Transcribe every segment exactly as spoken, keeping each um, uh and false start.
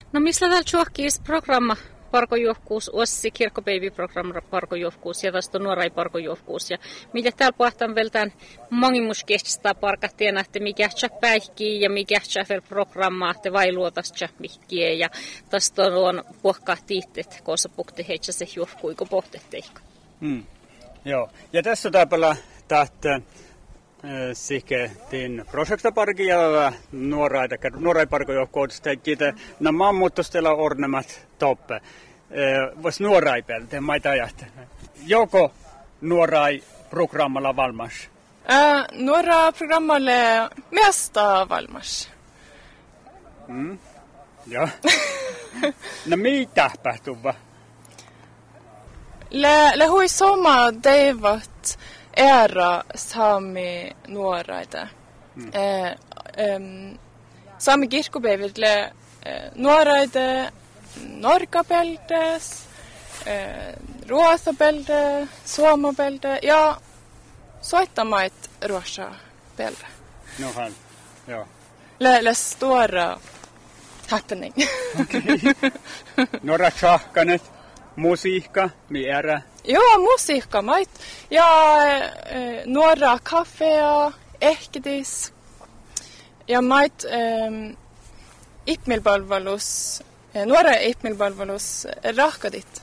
No missä täällä juokkiis programma parkojuokkuus, ossi kirkkopäiviprogramma parkojuokkuus ja tästä nuorai parkojuokkuus. Ja mitä täällä pohtaan vielä tämän mongimuskestistä parkattiin, että mikä päihkii ja mikä vielä programmaa, että vai luotaisi mihkiä. Ja tästä on pohkaa tiitteet, koska pukti heitsä se juokkuu, kun pohtetteikko. Mm. Joo, ja tässä täällä tähtä Sike tin projektaparki ja nuoraita nuorai parkojuokkuudesta kiitä na mammutustella ornemat toppe. Vois nuorai pelte maita ajattelen. Joko nuorai programmalla valmas? Äh, nuora programmalle mesta valmas. Mm. Joo. No mitä tapahtuu? Le le hui soma deivat ära saami nuoraita. Mm. Eh, um, saami kirkkopäiville eh, nuoraita norkapeltes, eh, ruotsapelde, suomapelde ja soittamait ruotsapelde. No han, joo. Le, le stora happening. Okei. Okay. Några tjahkanet, musiikka, miärä. Joo, musiikka mait. Ja eh, nuora kaffea, ehkidis. Ja mait eh, ipmilpalvelus, eh, nuora ipmilpalvelus rahkadit.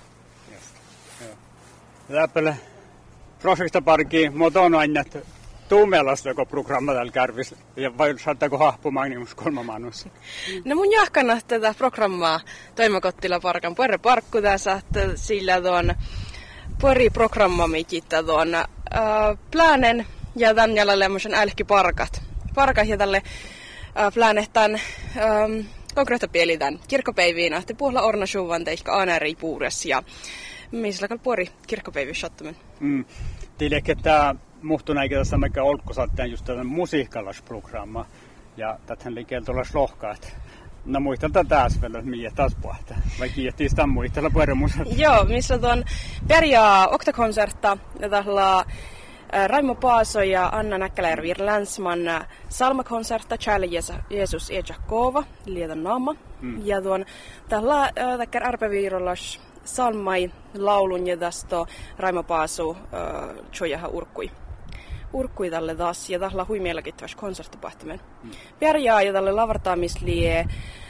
Läppäle projektaparki modona annat tuumelasta kun programma täällä kärvis ja vai saattaako hahpumaan niin kolma manus. No mun jahkana tätä programmaa Toimakottila parkan puolella parkku tässä että sillä tuon pari programma mikitta tuon äh, planen ja tämän jäljellä lemmoisen älkki parkat. Parkat ja tälle äh, planehtan ähm, konkreetta pielitän kirkkopäiviin ahti puhla ornasuvan teikka aanäri puures ja missä kal puori kirkkopäivi shottumen. Mm. Tiedätkö että muhtuna eikä tässä mikä olkko saatteen just tällainen musiikkalasprogramma ja täthän liikkeellä tuolla slohkaat. No muistelta taas vielä, mihin taas puhtaa. Vai kiittää sitä muistella puhumusat. Joo, missä tuon Perja Oktakonsertta ja tällä Raimo Paaso ja Anna Näkkäläjärvi Länsman salmakonsertta Charlie Jeesus Ejakova, Lietan naama. Mm. Ja tuon tällä täkkär ärpäviirollas salmai laulun ja tästä Raimo Paasu Chojaha urkkui. Urkkui tälle taas ja tällä huimielläkin tässä konserttapahtimen. Mm. Perjaa ja tälle lavartaamislie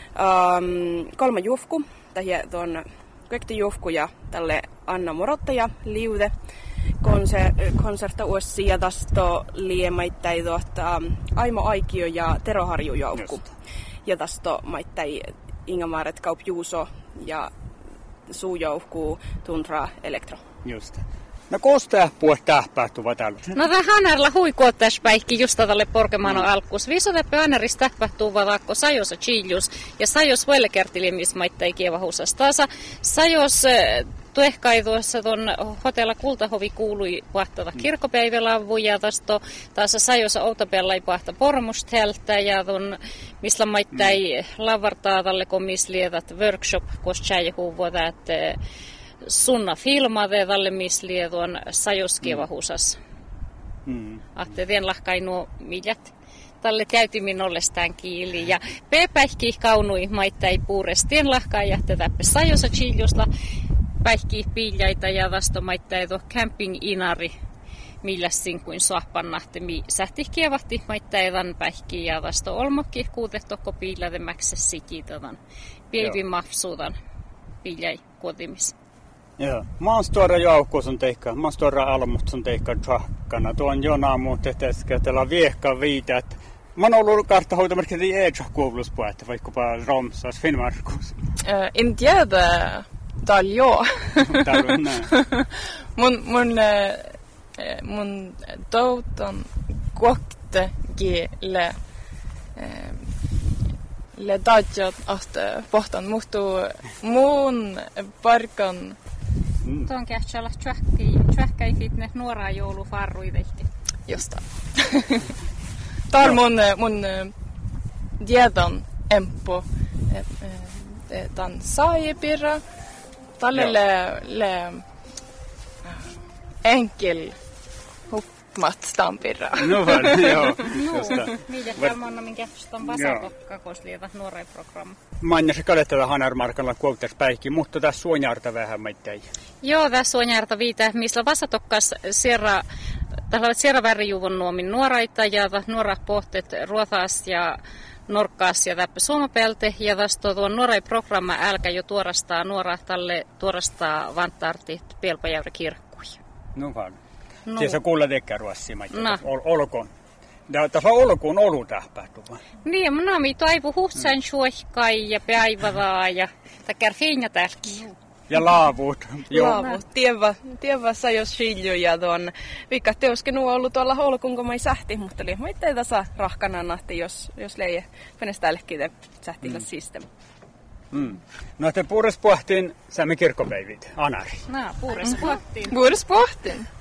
um, kolme juufku. Tähän tuon kaikki juufku ja tälle Anna Morottaja liude konser- konserttaussi ja tästä liemaittai tuota Aimo Aikio ja Tero Harju joukku. Ja tästä maittai Inga-Maaret Kaup Juuso ja suujoukku Tundra Elektro. Just. No kosta puhut tähpähtuva täällä? No tämä hänellä huikuottaisi päihki just tälle porkemano mm. alkuus. Viisoteppe äänäristä tähpähtuva vaikka sajossa chiljus ja sajos velkertilimis maittai kievahusas. Taasa sajos tuehkai tuossa tuon hotella Kultahovi kuului pahtata mm. kirkkopäivälavu ja tästä taas sajossa outapellai pahta pormusteltä ja tuon missä maittai mm. lavartaa tälle komislietat workshop koska huuvuota, että sunna filmade tälle mislie tuon sajoskievahusas. Mm. Ahte tien lahkai nuo miljat tälle täytimin ollestaan kiili. Ja p-päihki kaunui maittai puurestien lahkai ja tätäpä sajosa chiljusta päihki piiljaita ja vasto maittai tuo camping inari millässin kuin sohpannahti mi sähti kievahti maittai tämän päihki ja vasto olmokki kuutettoko piilätemäksä sikitotan pielvin mahsuutan piiljai kotimis. Joo. Mä oon stora joukkuus on teikka. Mä oon stora almut on teikka tjahkana. Tuon jonaa muut etteeskä tällä viehka viitä. Mä oon ollut karttahoitomerkki ei tjahkuvuluspuhetta, vaikkapa Romsas, Finnmarkus. Uh, en tiedä, tal joo. mun, mun, mun touton kokte le le dadjat att pohtan muhtu mun parkan Mm. Tuon kähtsellä tjähkäi fitness nuoraa joulufarrui tehti. Josta. Tää on mun, mun diedan empo. Tän saajipirra. Tälle le, le enkel Mat Stampirra. No vaan, joo. No, mitä kalmonna minkä on vasako kakoslieva nuoreen programma. Manja se kaletella Hanarmarkalla kuoltas päikki, mutta tässä suonjaarta vähän maittei. Joo, tässä suonjaarta viitä, missä vasatokkas sierra, tällä sierra värjuvon nuomin nuoraita ja nuora pohtet ruotaas ja norkkaas ja täppä suomapelte ja tästä tuon nuorai programma älkä jo tuorastaa nuorahtalle tuorastaa vantartit Pielpajärvi kirkkuja. No vaan. No. Tiesä kuulla tekkä ruossia maittei. No. Ol, olkoon. Tässä on olkuun olu tähpähtuma. Niin, mä naami toivu huhtsan suohkai ja päivävää ja takia finja tälki. Ja laavut. Laavut. Tievä, tievä sajos skilju ja tuon vikka teoskenu on ollut tuolla olkuun, kun mä ei sähti, mutta oli mä itse tässä rahkana nahti, jos, jos leije peneställekin te sähtillä mm. system. Mm. No te puures pohtiin saamme kirkkopäivit, Anari. No, puures pohtiin. Puures pohtin.